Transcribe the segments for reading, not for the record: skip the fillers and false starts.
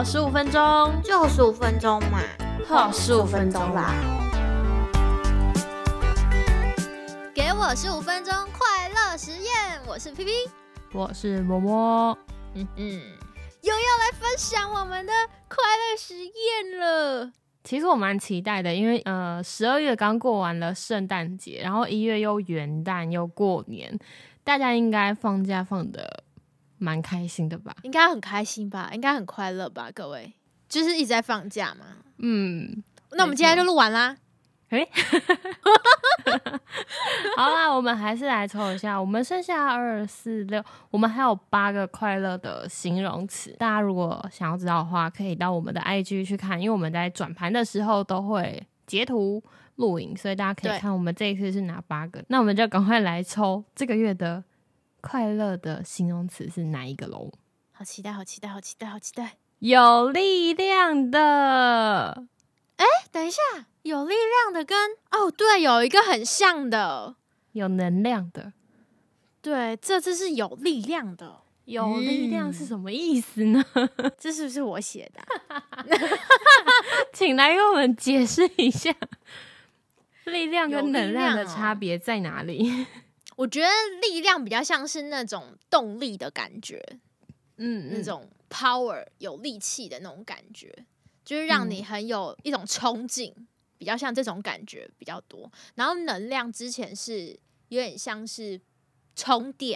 好15分钟， 就15分钟嘛， 好15分钟啦。 给我15分钟快乐实验，我是 PP， 我是嬷嬷。 又要来分享我们的快乐实验了。 其实我蛮期待的，因为12月刚过完了圣诞节，然后1月又元旦又过年，大家应该放假放的蛮开心的吧？ 应该很开心吧，应该很快乐吧，各位，就是一直在放假嘛。那我们今天就录完啦。 好啦，我们还是来抽一下，我们剩下2、4、6，我们还有8个快乐的形容词。大家如果想要知道的话，可以到我们的 IG 去看，因为我们在转盘的时候都会截图录影，所以大家可以看我们这一次是哪8个。那我们就赶快来抽这个月的快乐的形容词是哪一个咯？ 好期待，好期待，好期待，好期待！ 有力量的。 等一下，有力量的跟对，有一个很像的， 有能量的。 对，这次是有力量的。 有力量是什么意思呢？ 这是不是我写的请来给我们解释一下，力量跟能量的差别在哪里？ 我觉得力量比较像是那种动力的感觉，那种 power 有力气的那种感觉，就是让你很有一种冲劲，比较像这种感觉比较多。然后能量之前是有点像是充电，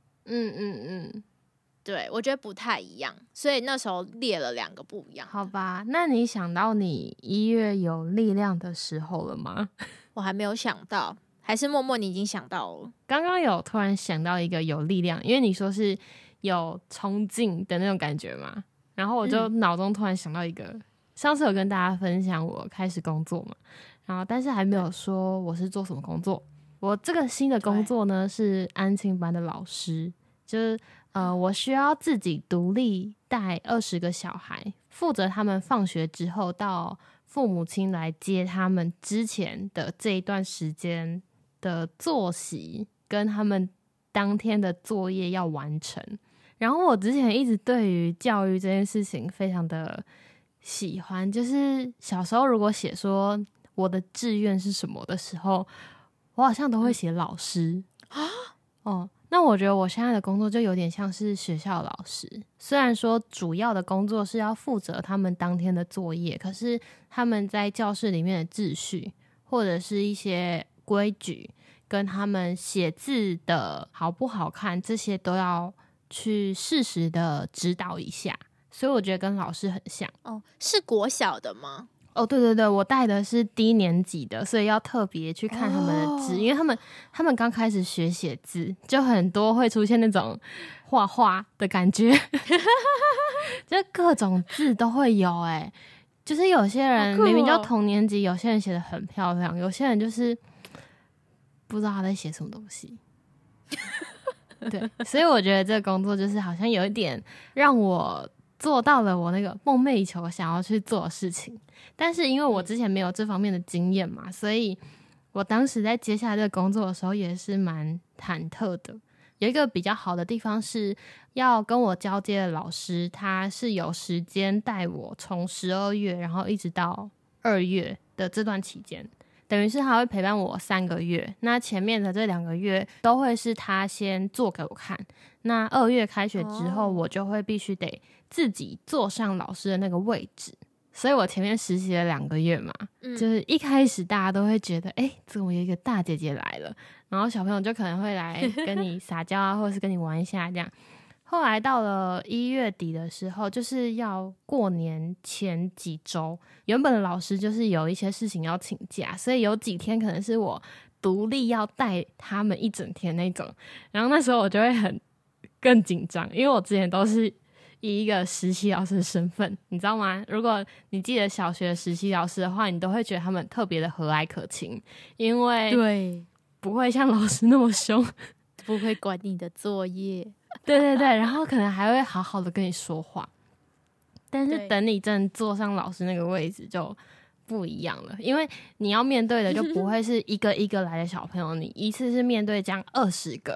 对，我觉得不太一样，所以那时候列了2个不一样。 好吧，那你想到你1月有力量的时候了吗？ 我还没有想到，还是默默你已经想到了？ 刚刚有突然想到一个有力量，因为你说是有冲劲的那种感觉嘛，然后我就脑中突然想到一个，上次有跟大家分享我开始工作嘛，然后但是还没有说我是做什么工作。我这个新的工作呢是安亲班的老师，就是我需要自己独立带20个小孩，负责他们放学之后到父母亲来接他们之前的这一段时间的作息跟他们当天的作业要完成。然后我之前一直对于教育这件事情非常的喜欢，就是小时候如果写说我的志愿是什么的时候，我好像都会写老师那我觉得我现在的工作就有点像是学校老师，虽然说主要的工作是要负责他们当天的作业，可是他们在教室里面的秩序或者是一些规矩跟他们写字的好不好看，这些都要去适时的指导一下，所以我觉得跟老师很像。 是国小的吗？ 对对对，我带的是低年级的，所以要特别去看他们的字，因为他们刚开始学写字，就很多会出现那种画画的感觉就各种字都会有就是有些人明明就同年级，有些人写得很漂亮，有些人就是不知道他在写什么东西对，所以我觉得这个工作就是好像有一点让我做到了我那个梦寐以求想要去做的事情，但是因为我之前没有这方面的经验嘛，所以我当时在接下来这个工作的时候也是蛮忐忑的。有一个比较好的地方是要跟我交接的老师，他是有时间带我从12月然后一直到2月的这段期间，等于是他会陪伴我3个月，那前面的这2个月都会是他先做给我看，那2月开学之后我就会必须得自己坐上老师的那个位置，所以我前面实习了2个月嘛，就是一开始大家都会觉得怎么有一个大姐姐来了，然后小朋友就可能会来跟你撒娇啊或者是跟你玩一下这样。后来到了1月底的时候，就是要过年前几周，原本的老师就是有一些事情要请假，所以有几天可能是我独立要带他们一整天那种，然后那时候我就会更紧张，因为我之前都是以一个实习老师的身份，你知道吗？如果你记得小学实习老师的话，你都会觉得他们特别的和蔼可亲，因为对， 不会像老师那么凶， 不会管你的作业对对对，然后可能还会好好的跟你说话，但是等你真的坐上老师那个位置就不一样了，因为你要面对的就不会是一个一个来的小朋友，你一次是面对这样20个，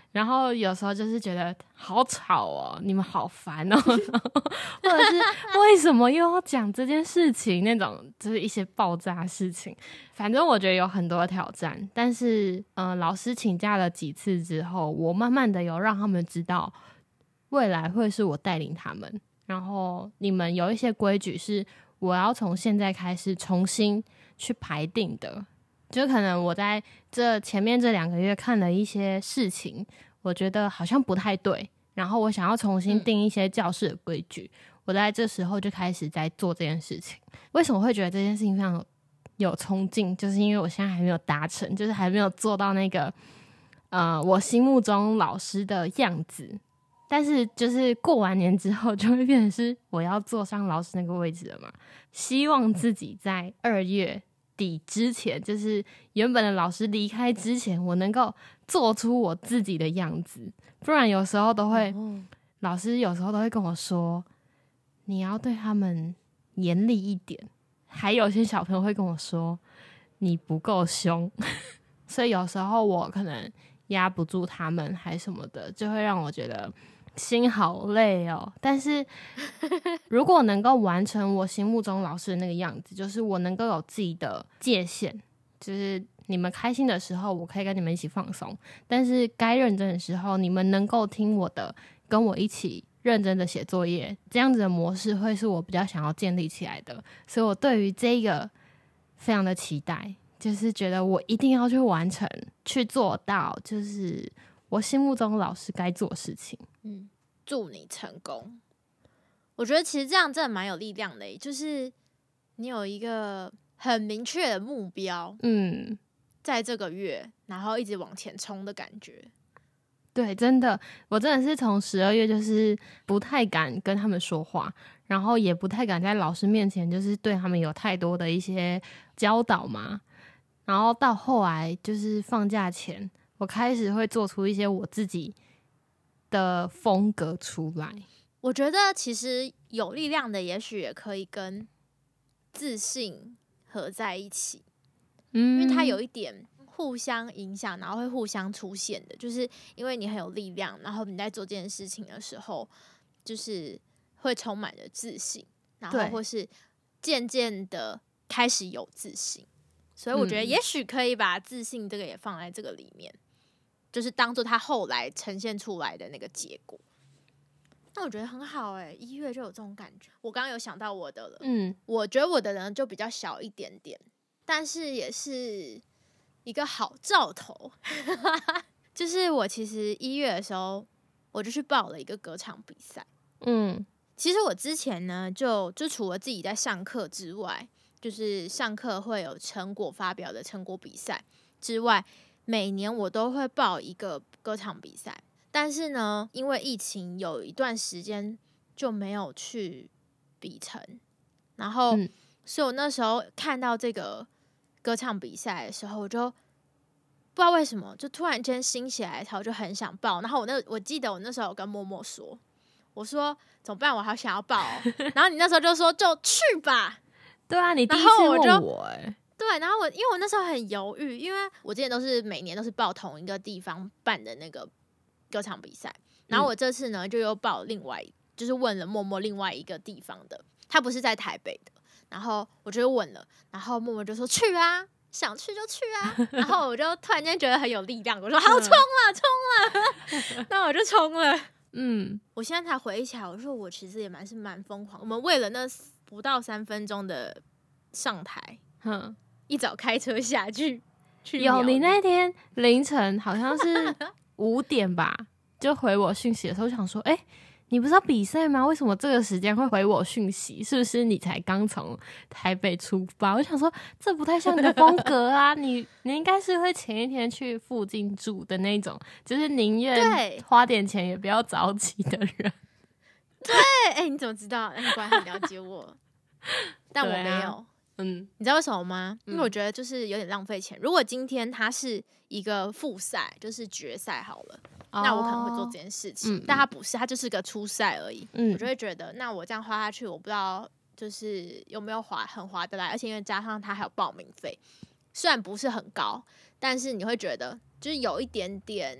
然后有时候就是觉得好吵哦，你们好烦哦，或者是为什么又要讲这件事情，那种就是一些爆炸事情。反正我觉得有很多挑战，但是老师请假了几次之后，我慢慢的有让他们知道未来会是我带领他们，然后你们有一些规矩是我要从现在开始重新去排定的，就可能我在前面这2个月看了一些事情，我觉得好像不太对，然后我想要重新定一些教室的规矩，我在这时候就开始在做这件事情。为什么会觉得这件事情非常有冲劲，就是因为我现在还没有达成，就是还没有做到那个我心目中老师的样子，但是就是过完年之后就会变成是我要坐上老师那个位置了嘛。希望自己在2月底之前，就是原本的老师离开之前，我能够做出我自己的样子。不然有时候都会老师有时候都会跟我说你要对他们严厉一点，还有些小朋友会跟我说你不够凶所以有时候我可能压不住他们还什么的，就会让我觉得心好累哦。但是如果能够完成我心目中老师的那个样子，就是我能够有自己的界限，就是你们开心的时候我可以跟你们一起放松，但是该认真的时候你们能够听我的，跟我一起认真的写作业，这样子的模式会是我比较想要建立起来的。所以我对于这个非常的期待，就是觉得我一定要去完成去做到，就是我心目中老师该做的事情。 祝你成功。我觉得其实这样真的蛮有力量的，就是你有一个很明确的目标，在这个月然后一直往前冲的感觉。 对，真的，我真的是从12月就是不太敢跟他们说话，然后也不太敢在老师面前就是对他们有太多的一些教导嘛。然后到后来就是放假前，我开始会做出一些我自己的风格出来。 我觉得其实有力量的也许也可以跟自信合在一起，因为它有一点互相影响，然后会互相出现的。就是因为你很有力量，然后你在做这件事情的时候，就是会充满着自信，然后或是渐渐的开始有自信。所以我觉得也许可以把自信这个也放在这个里面，就是当做他后来呈现出来的那个结果。那我觉得很好1月就有这种感觉。我刚刚有想到我的了，我觉得我的人就比较小一点点，但是也是一个好兆头就是我其实1月的时候我就去报了一个歌唱比赛。其实我之前呢就除了自己在上课之外，就是上课会有成果发表的成果比赛之外，每年我都会报一个歌唱比赛。但是呢，因为疫情有一段时间就没有去比成，然后所以我那时候看到这个歌唱比赛的时候，我就不知道为什么就突然间心血来潮就很想报。然后我记得我那时候有跟默默说，我说怎么办，我好想要报然后你那时候就说就去吧。 对啊，你第一次问我对，然后因为我那时候很犹豫，因为我之前都是每年都是报同一个地方办的那个歌唱比赛，然后我这次呢就又报就是问了默默另外一个地方的，他不是在台北的，然后我就问了，然后默默就说去啊，想去就去啊然后我就突然间觉得很有力量，我说好冲啊冲啊那我就冲了。我现在才回忆起来，我说我其实也蛮疯狂。我们为了那不到3分钟的上台，一早开车下去有你那天凌晨好像是5点吧，就回我讯息的时候，我想说，你不是要比赛吗？为什么这个时间会回我讯息？是不是你才刚从台北出发？我想说，这不太像你的风格啊！你应该是会前一天去附近住的那种，就是宁愿花点钱也不要早起的人。 对，你怎么知道？你果然很了解我，但我没有。你知道为什么吗？因为我觉得就是有点浪费钱。如果今天它是一个复赛，就是决赛好了，那我可能会做这件事情。但它不是，它就是个初赛而已。我就会觉得，那我这样花下去，我不知道就是有没有很划得来，而且因为加上它还有报名费，虽然不是很高，但是你会觉得就是有一点点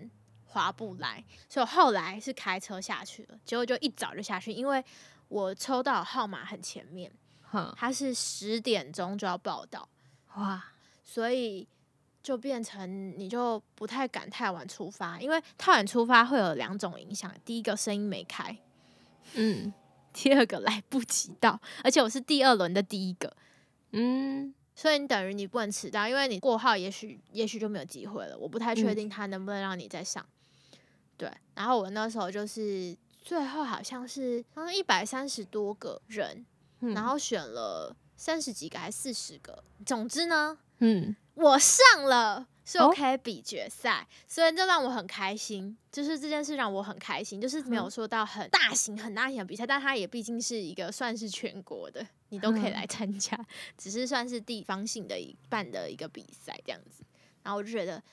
划不来，所以我后来是开车下去了，结果就一早就下去，因为我抽到的号码很前面，它是10点钟就要报到，哇，所以就变成你就不太敢太晚出发，因为太晚出发会有2种影响，第一个声音没开，第二个来不及到，而且我是第2轮的第一个，所以你等于你不能迟到，因为你过号也许就没有机会了，我不太确定他能不能让你再上。对，然后我那时候就是最后好像是130多个人，然后选了30几个还是40个，总之呢，我上了，所以我可以比决赛，所以这让我很开心。就是这件事让我很开心，就是没有说到很大型的比赛，但它也毕竟是一个算是全国的，你都可以来参加，只是算是地方性的办的一个比赛这样子。然后我就觉得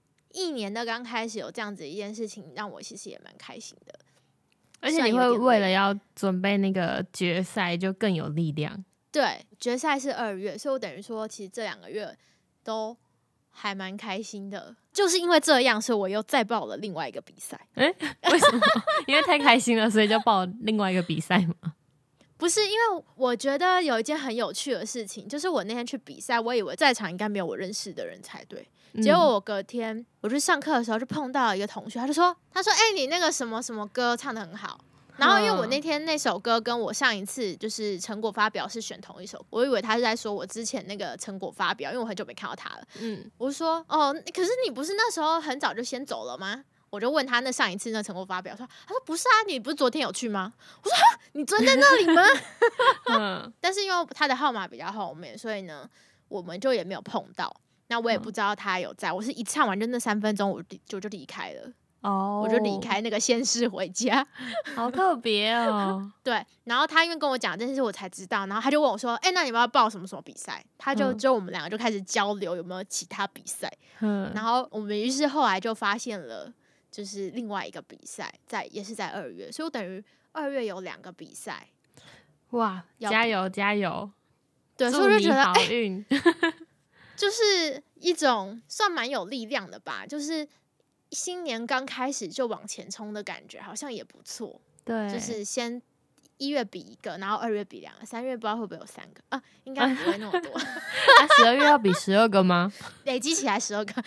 1年的刚开始有这样子一件事情，让我其实也蛮开心的。 而且你会为了要准备那个决赛就更有力量。 对，决赛是2月，所以我等于说其实这2个月都还蛮开心的。就是因为这样，所以我又再报了另外一个比赛。 为什么？因为太开心了，所以就报另外一个比赛吗？ 不是，因为我觉得有一件很有趣的事情，就是我那天去比赛，我以为在场应该没有我认识的人才对，结果我隔天我去上课的时候就碰到一个同学，他说你那个什么什么歌唱得很好。然后因为我那天那首歌跟我上一次就是成果发表是选同一首，我以为他是在说我之前那个成果发表，因为我很久没看到他了。我就说可是你不是那时候很早就先走了吗？我就问他那上一次那成果发表，他说不是啊，你不是昨天有去吗？我说你昨天在那里吗？但是因为他的号码比较后面，所以呢我们就也没有碰到。那我也不知道他有在，我是一唱完就那3分钟我就离开了。我就离开那个县市回家， 好特别哦。 对，然后他因为跟我讲这件事，我才知道，然后他就问我说：“那你要不要报什么什么比赛？”他就我们2个就开始交流有没有其他比赛，然后我们于是后来就发现了，就是另外一个比赛也是在2月，所以我等于2月有2个比赛。 哇，加油加油！ 对，所以我就觉得好运， 就是一种算蛮有力量的吧，就是新年刚开始就往前冲的感觉，好像也不错。 对， 就是先1月比1个，然后2月比2个，3月不知道会不会有3个啊？应该不会那么多。 那12月要比12个吗？ 累积起来12个。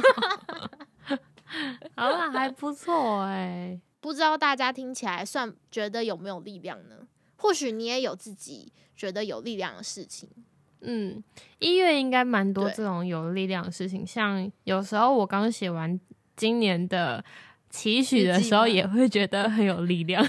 好啦，还不错不知道大家听起来算觉得有没有力量呢？或许你也有自己觉得有力量的事情。 1月应该蛮多这种有力量的事情，像有时候我刚写完今年的期许的时候，也会觉得很有力量。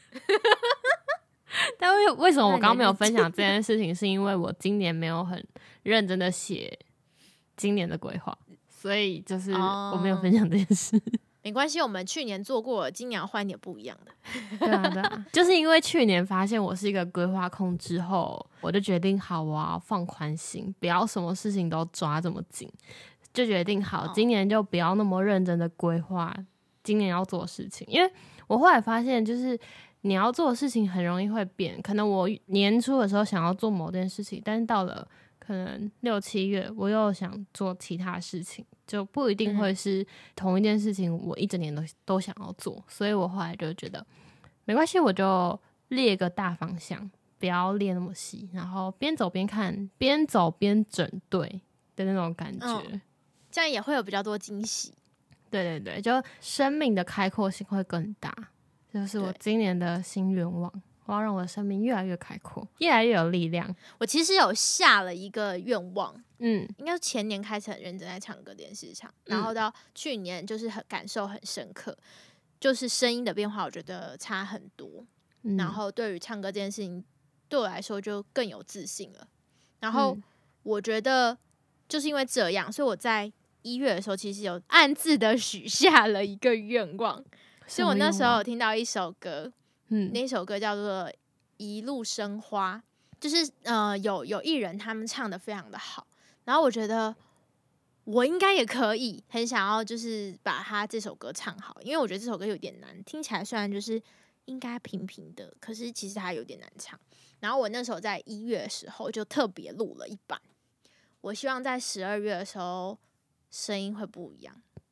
但为什么我刚刚没有分享这件事情，是因为我今年没有很认真的写今年的规划，所以就是我没有分享这件事。 没关系，我们去年做过了，今年要换点不一样的。 对啊，就是因为去年发现我是一个规划控之后，我就决定好我要放宽心，不要什么事情都抓这么紧，就决定好今年就不要那么认真的规划今年要做的事情。因为我后来发现，就是你要做的事情很容易会变，可能我年初的时候想要做某件事情，但是到了可能6、7月我又想做其他事情，就不一定会是同一件事情我一整年都想要做。所以我后来就觉得没关系，我就列个大方向，不要列那么细，然后边走边看，边走边整对的那种感觉， 这样也会有比较多惊喜。 对对对，就生命的开阔性会更大，这就是我今年的新愿望。我要让我的生命越来越开阔，越来越有力量。 我其实有下了一个愿望，应该是前年开始很认真在唱歌电视场，然后到去年就是感受很深刻，就是声音的变化，我觉得差很多。然后对于唱歌这件事情，对我来说就更有自信了。然后我觉得就是因为这样，所以我在1月的时候其实有暗自的许下了一个愿望，所以我那时候有听到一首歌。那首歌叫做《一路生花》，就是有艺人他们唱的非常的好，然后我觉得我应该也可以，很想要就是把他这首歌唱好，因为我觉得这首歌有点难，听起来虽然就是应该平平的，可是其实它有点难唱。然后我那时候在1月的时候就特别录了一版，我希望在12月的时候声音会不一样。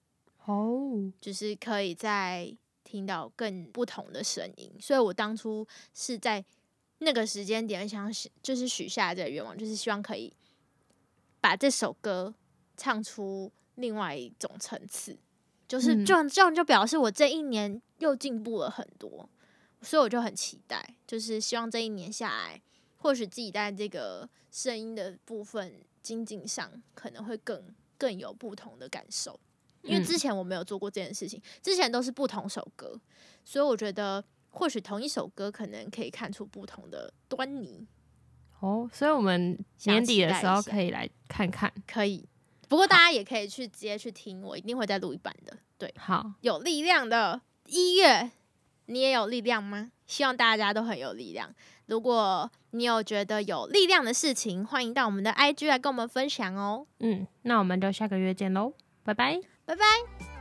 就是可以再听到更不同的声音。所以我当初是在那个时间点就是许下这个愿望，就是希望可以把这首歌唱出另外一种层次，就是这样就表示我这一年又进步了很多，所以我就很期待，就是希望这一年下来，或许自己在这个声音的部分精进上可能会更有不同的感受，因为之前我没有做过这件事情，之前都是不同首歌，所以我觉得或许同一首歌可能可以看出不同的端倪。 所以我们年底的时候可以来看看。 可以，不过大家也可以直接去听，我一定会再录一版的。对， 好， 有力量的1月，你也有力量吗？希望大家都很有力量。如果你有觉得有力量的事情，欢迎到我们的 IG 来跟我们分享哦。 那我们就下个月见喽，拜拜， 拜拜。